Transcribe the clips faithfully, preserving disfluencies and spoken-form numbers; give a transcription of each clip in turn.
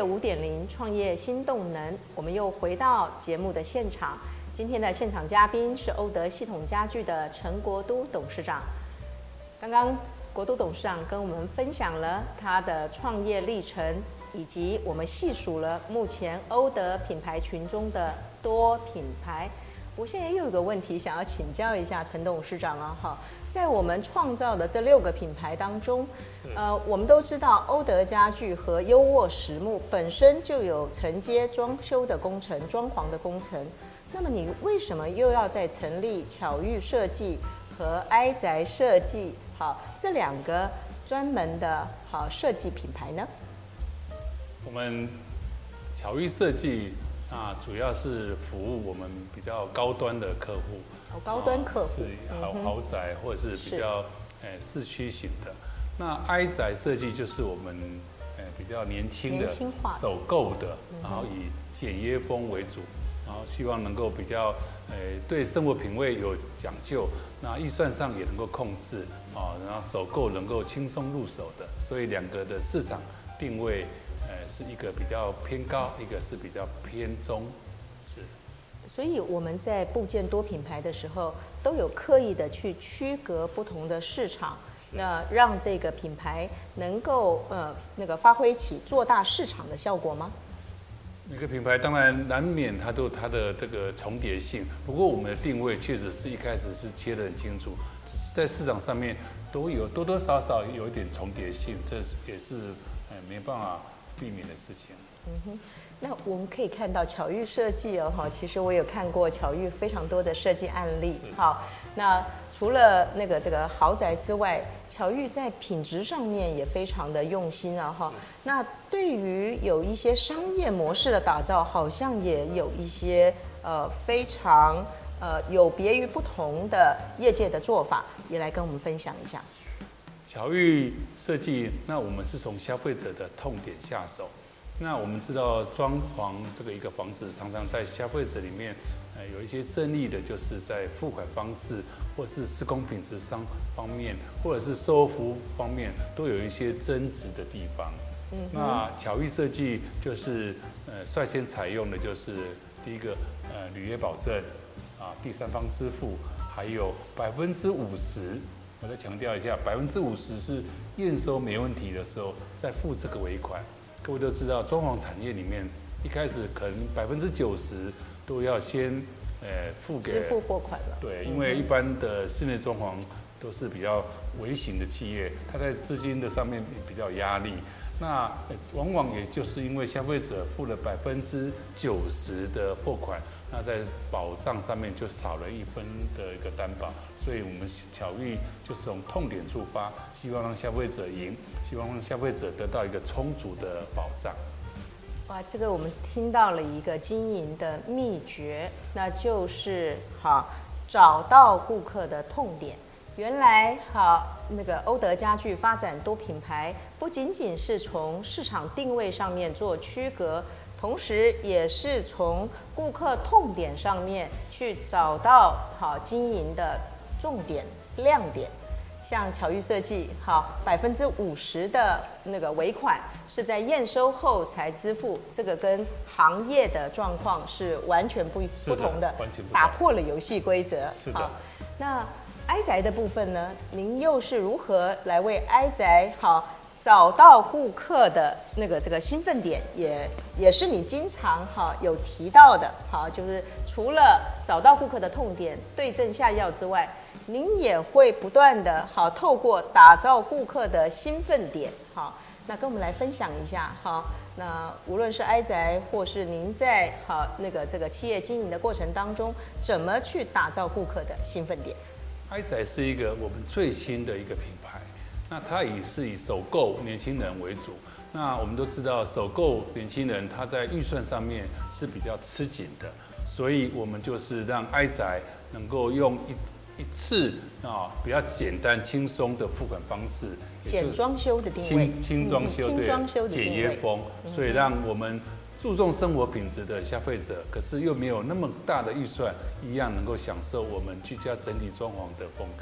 五点零，创业新动能，我们又回到节目的现场。今天的现场嘉宾是欧德系统家具的陈国都董事长。刚刚国都董事长跟我们分享了他的创业历程，以及我们细数了目前欧德品牌群中的多品牌。我现在又有个问题想要请教一下陈董事长啊，哈，在我们创造的这六个品牌当中，呃，我们都知道欧德家具和优渥实木本身就有承接装修的工程、装潢的工程，那么你为什么又要再成立巧遇设计和哀宅设计好这两个专门的好设计品牌呢？ 我们巧遇设计那主要是服务我们比较高端的客户， 哦，高端客户是豪豪宅或者是比较呃市区型的。那哀宅设计就是我们呃比较年轻的、首购的，然后以简约风为主，然后希望能够比较呃对生活品味有讲究，那预算上也能够控制啊，然后首购能够轻松入手的，所以两个的市场定位。呃，是一个比较偏高，一个是比较偏中，是。 所以我们在布建多品牌的时候，都有刻意的去区隔不同的市场，那让这个品牌能够呃那个发挥起做大市场的效果吗？ 每个品牌当然难免它都有它的这个重叠性，不过我们的定位确实是一开始是切得很清楚，在市场上面都有多多少少有一点重叠性，这也是呃没办法避免的事情。 嗯哼，那我们可以看到巧遇设计哦，哈，其实我有看过巧遇非常多的设计案例。好，那除了那个这个豪宅之外，巧遇在品质上面也非常的用心啊，哈。那对于有一些商业模式的打造，好像也有一些呃非常呃有别于不同的业界的做法，也来跟我们分享一下。 巧遇设计，那我们是从消费者的痛点下手。那我们知道装潢这个一个房子，常常在消费者里面，呃，有一些争议的，就是在付款方式，或是施工品质上方面，或者是售后服务方面，都有一些争执的地方。嗯，那巧遇设计就是呃率先采用的就是第一个呃履约保证啊，第三方支付，还有百分之五十。我再强调一下，百分之五十是验收没问题的时候再付这个尾款。各位都知道，装潢产业里面一开始可能百分之九十都要先呃付给支付货款了。 对，因为一般的室内装潢都是比较微型的企业，它在资金的上面比较有压力。那往往也就是因为消费者付了百分之九十的货款，那在保障上面就少了一分的一个担保。所以我们巧遇就是从痛点出发，希望让消费者赢，希望让消费者得到一个充足的保障。 哇，这个我们听到了一个经营的秘诀，那就是好找到顾客的痛点。原来好那个欧德家具发展多品牌，不仅仅是从市场定位上面做区隔，同时也是从顾客痛点上面去找到好经营的重点亮点。像巧遇设计，好百分之五十的那个尾款是在验收后才支付，这个跟行业的状况是完全不不同的， 完全不同， 打破了游戏规则。 是的。 好，那哀宅的部分呢？您又是如何来为哀宅好找到顾客的那个这个兴奋点？也也是你经常好有提到的，好，就是除了找到顾客的痛点，对症下药之外，您也会不断的好透过打造顾客的兴奋点，好，那跟我们来分享一下，好，那无论是哀宅或是您在好那个这个企业经营的过程当中，怎么去打造顾客的兴奋点？ 哀宅是一个我们最新的一个品牌，那它也是以首购年轻人为主。那我们都知道，首购年轻人他在预算上面是比较吃紧的，所以我们就是让哀宅能够用一一次啊比较简单轻松的付款方式， 简装修的定位， 轻轻装修， 轻装修的简约风，所以让我们注重生活品质的消费者，可是又没有那么大的预算，一样能够享受我们居家整体装潢的风格。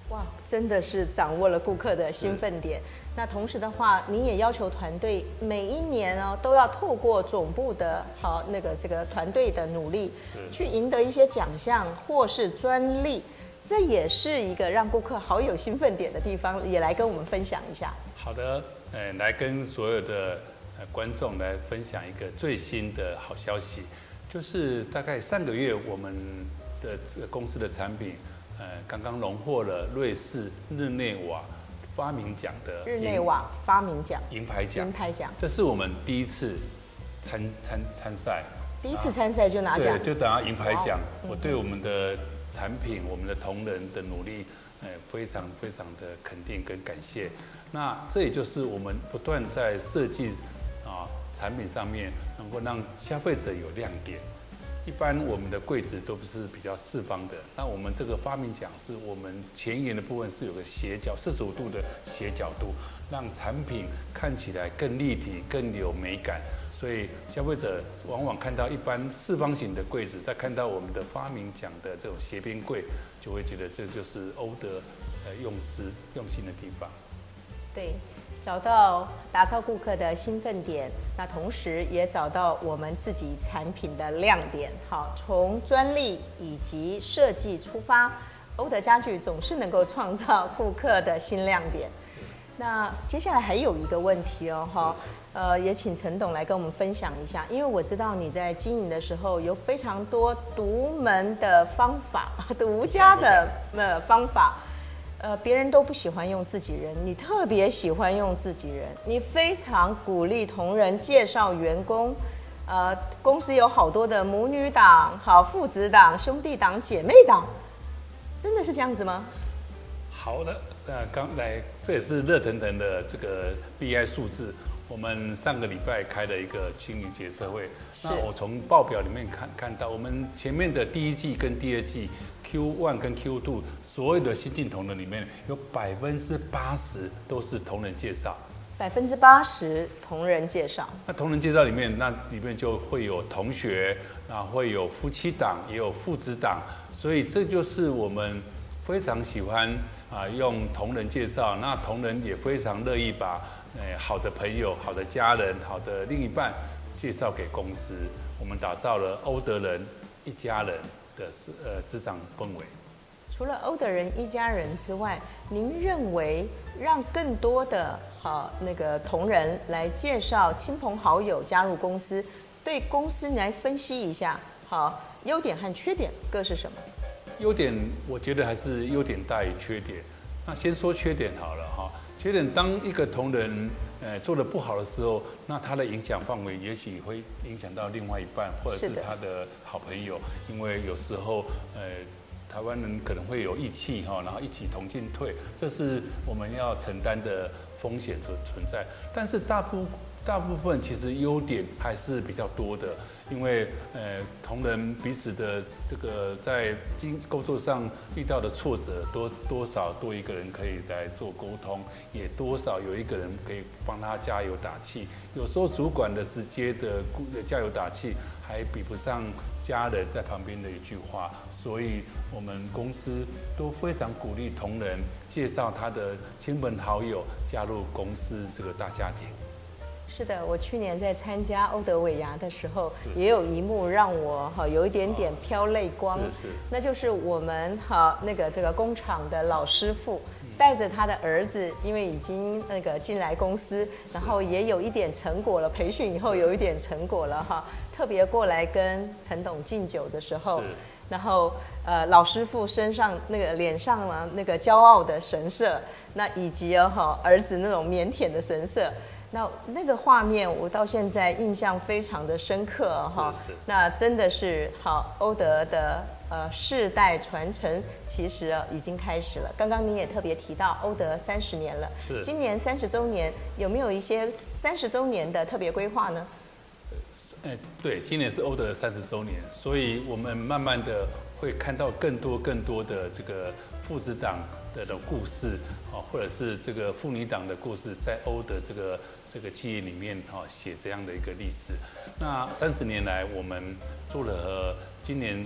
哇，真的是掌握了顾客的兴奋点。那同时的话，您也要求团队每一年哦都要透过总部的好那个这个团队的努力，去赢得一些奖项或是专利，这也是一个让顾客好有兴奋点的地方，也来跟我们分享一下。 好的，呃，来跟所有的呃观众来分享一个最新的好消息，就是大概上个月我们的这个公司的产品。呃，刚刚荣获了瑞士日内瓦发明奖的日内瓦发明奖银牌奖。 银牌奖， 这是我们第一次参参参赛， 第一次参赛就拿奖， 对，就拿银牌奖。我对我们的产品、我们的同仁的努力，呃，非常非常的肯定跟感谢。那这也就是我们不断在设计啊产品上面，能够让消费者有亮点。一般我们的柜子都不是比较四方的，那我们这个发明奖是我们前沿的部分是有个斜角四十五度的斜角度，让产品看起来更立体、更有美感。所以消费者往往看到一般四方形的柜子，再看到我们的发明奖的这种斜边柜，就会觉得这就是欧德呃用思用心的地方。 对。找到打造顾客的兴奋点，那同时也找到我们自己产品的亮点。好，从专利以及设计出发，欧德家具总是能够创造顾客的新亮点。那接下来还有一个问题哦，哈，呃，也请陈董来跟我们分享一下，因为我知道你在经营的时候有非常多独门的方法、独家的呃方法。呃，别人都不喜欢用自己人，你特别喜欢用自己人，你非常鼓励同仁介绍员工。呃，公司有好多的母女档、好父子档、兄弟档、姐妹档，真的是这样子吗？ 好的，那刚来这也是热腾腾的这个 B I 数字。我们上个礼拜开了一个青云节社会，那我从报表里面看看到，我们前面的第一季跟第二季 Q 一 跟 Q 二。所有的新进同仁里面，有百分之八十都是同仁介绍。 百分之八十同仁介绍。 那同仁介绍里面，那里面就会有同学，啊，会有夫妻档，也有父子档，所以这就是我们非常喜欢啊用同仁介绍。那同仁也非常乐意把呃好的朋友、好的家人、好的另一半介绍给公司。我们打造了欧德人一家人的呃职场氛围。 除了欧德人一家人之外，您认为让更多的好那个同仁来介绍亲朋好友加入公司，对公司来分析一下，好，优点和缺点各是什么？ 优点我觉得还是优点大于缺点。那先说缺点好了哈。缺点当一个同仁呃做得不好的时候，那他的影响范围也许会影响到另外一半，或者是他的好朋友，因为有时候呃。台湾人可能会有义气哈，然后一起同进退，这是我们要承担的风险存存在。但是大部大部分其实优点还是比较多的，因为呃同仁彼此的这个在经工作上遇到的挫折，多多少多一个人可以来做沟通，也多少有一个人可以帮他加油打气。有时候主管的直接的加油打气，还比不上家人在旁边的一句话。所以我们公司都非常鼓励同仁介绍他的亲朋好友加入公司这个大家庭。 是的，我去年在参加欧德尾牙的时候，也有一幕让我哈有一点点飘泪光， 是是那就是我们哈那个这个工厂的老师傅带着他的儿子，因为已经那个进来公司，然后也有一点成果了，培训以后有一点成果了哈，特别过来跟陈董敬酒的时候。然后，呃，老师傅身上那个脸上啊，那个骄傲的神色，那以及哦哈儿子那种腼腆的神色，那那个画面我到现在印象非常的深刻哈。那真的是好欧德的呃世代传承，其实已经开始了。刚刚您也特别提到欧德三十年了，今年三十周年，有没有一些三十周年的特别规划呢？ 哎，对，今年是欧德三十周年，所以我们慢慢的会看到更多更多的这个父子档的的故事，啊，或者是这个妇女档的故事，在欧德这个这个企业里面，哈，写这样的一个历史。那三十年来，我们做了今年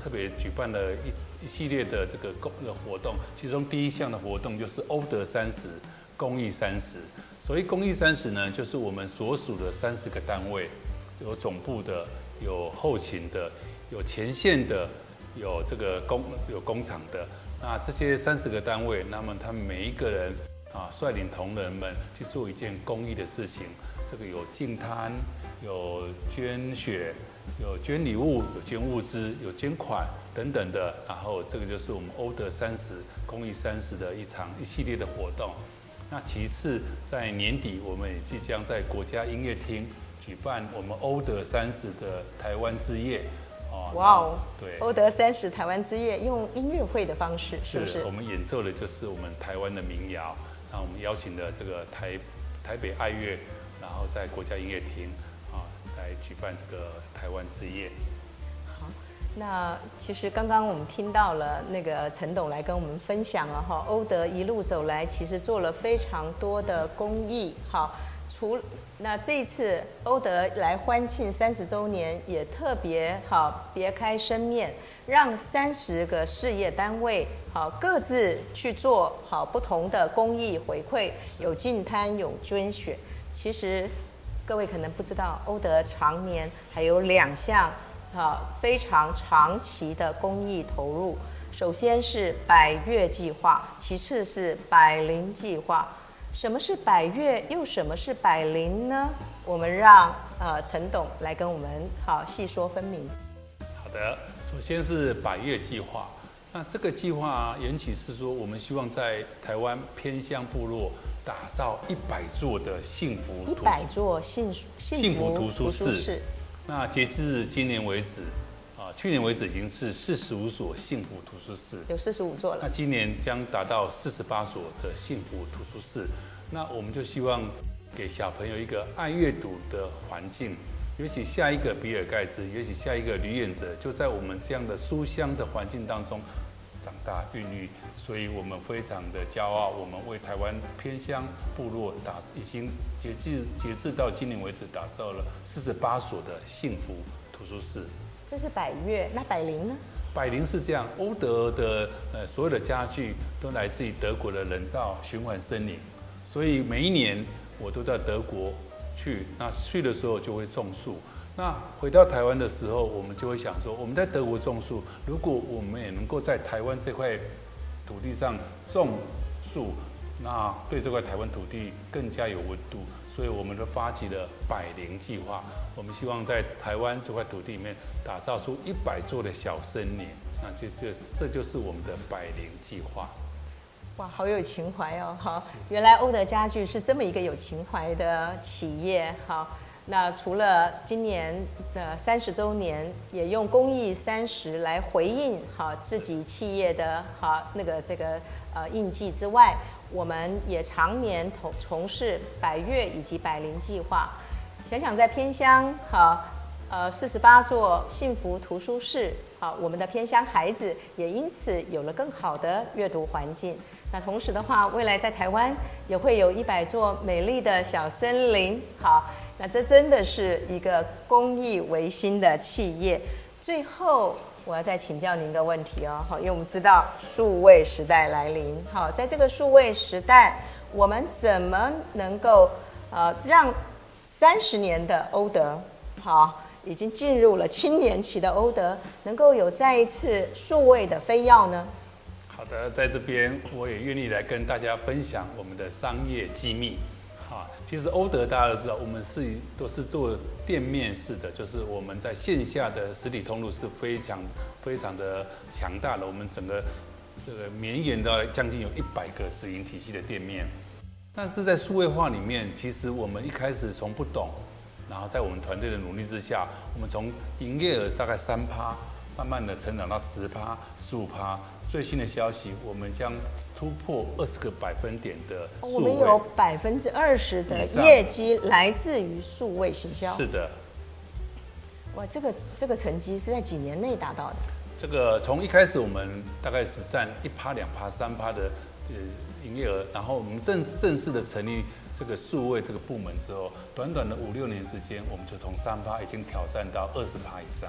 特别举办了一一系列的这个公的活动，其中第一项的活动就是欧德三十公益三十。所谓公益三十呢，就是我们所属的三十个单位，有总部的，有后勤的，有前线的，有这个工有工厂的。那这些三十个单位，那么他们每一个人啊，率领同仁们去做一件公益的事情。这个有净滩，有捐血，有捐礼物，有捐物资，有捐款等等的。然后这个就是我们欧德三十公益三十的一场一系列的活动。那其次，在年底我们也即将在国家音乐厅举办我们欧德三十的台湾之夜。 哇哦， 对， 欧德三十台湾之夜用音乐会的方式，是不是？ 我们演奏的就是我们台湾的民谣。那我们邀请了这个台台北爱乐，然后在国家音乐厅啊来举办这个台湾之夜。 好，那其实刚刚我们听到了那个陈董来跟我们分享了哈，欧德一路走来其实做了非常多的公益。好，除那这一次欧德来欢庆三十周年，也特别好别开生面，让三十个事业单位好各自去做好不同的公益回馈，有净滩，有捐血。其实各位可能不知道，欧德常年还有两项啊非常长期的公益投入，首先是百月计划，其次是百灵计划。什么是百月，又什么是百灵呢？我们让呃陈董来跟我们好细说分明。 好的，首先是百月计划。那这个计划啊，缘起是说，我们希望在台湾偏乡部落打造一百座的幸福一百座幸幸福图书室。 室那截至今年为止，啊，去年为止已经是四十五所幸福图书室， 有四十五座了。 那今年将达到四十八所的幸福图书室。那我们就希望给小朋友一个爱阅读的环境。也许下一个比尔盖茨，也许下一个吕远哲，就在我们这样的书香的环境当中长大孕育。所以我们非常的骄傲，我们为台湾偏乡部落打已经截至截至到今年为止，打造了四十八所的幸福图书室。 这是百月，那百灵呢？ 百灵是这样，欧德的呃所有的家具都来自于德国的人造循环森林，所以每一年我都在德国去，那去的时候就会种树。那回到台湾的时候，我们就会想说，我们在德国种树，如果我们也能够在台湾这块土地上种树，那对这块台湾土地更加有温度。所以我们就发起了百灵计划，我们希望在台湾这块土地里面打造出一百座的小森林。那这这这就是我们的百灵计划。 哇，好有情怀哦！好，原来欧德家具是这么一个有情怀的企业。好，那除了今年的三十周年，也用公益三十来回应好自己企业的好那个这个呃印记之外，我们也常年从从事百月以及百灵计划。想想在偏乡，好，呃，四十八座幸福图书室，好，我们的偏乡孩子也因此有了更好的阅读环境。那同时的话，未来在台湾也会有一百座美丽的小森林。好，那这真的是一个公益维新的企业。最后，我要再请教您一个问题哦，好，因为我们知道数位时代来临，好，在这个数位时代，我们怎么能够呃让三十年的欧德，好，已经进入了青年期的欧德，能够有再一次数位的飞跃呢？ 好的，在这边我也愿意来跟大家分享我们的商业机密。啊，其实欧德大家都知道，我们是都是做店面式的，就是我们在线下的实体通路是非常非常的强大的。我们整个这个绵延到将近有一百个直营体系的店面。但是在数位化里面，其实我们一开始从不懂，然后在我们团队的努力之下，我们从营业额大概三趴，慢慢的成长到十趴、十五趴。最新的消息，我们将突破二十个百分点的数位， 我们有百分之二十的业绩来自于数位行销。 是的。 哇，这个这个成绩是在几年内达到的？ 这个从一开始我们大概是占一趴、两趴、三趴的呃营业额，然后我们正正式的成立这个数位这个部门之后，短短的五六年时间，我们就从三趴已经挑战到二十趴以上。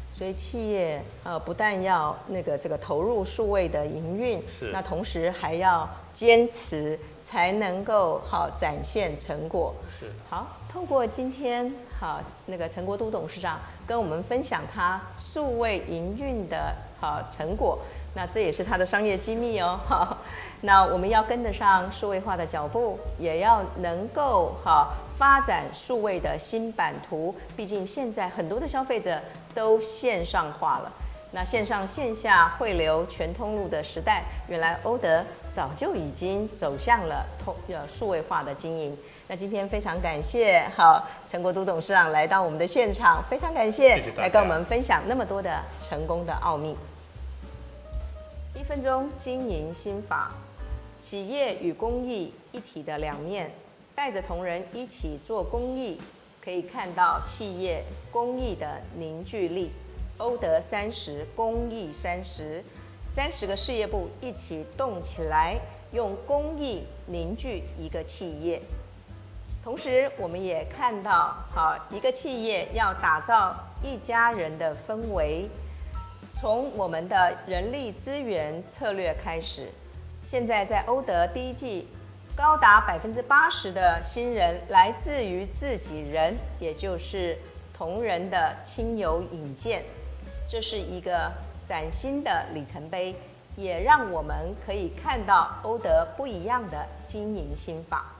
所以企业呃不但要那个这个投入数位的营运，那同时还要坚持，才能够好展现成果。 是好，透过今天好那个陈国都董事长跟我们分享他数位营运的好成果，那这也是他的商业机密哦。好，那我们要跟得上数位化的脚步，也要能够好发展数位的新版图。毕竟现在很多的消费者都线上化了，那线上线下汇流全通路的时代，原来欧德早就已经走向了通呃数位化的经营。那今天非常感谢好陈国都董事长来到我们的现场，非常感谢， 谢谢大家来跟我们分享那么多的成功的奥秘。一分钟经营心法，企业与公益一体的两面，带着同仁一起做公益，可以看到企业公益的凝聚力。欧德三十，公益三十，三十个事业部一起动起来，用公益凝聚一个企业。同时，我们也看到，好一个企业要打造一家人的氛围，从我们的人力资源策略开始。现在在欧德第一季，高达百分之八十的新人来自于自己人，也就是同仁的亲友引荐。这是一个崭新的里程碑，也让我们可以看到欧德不一样的经营心法。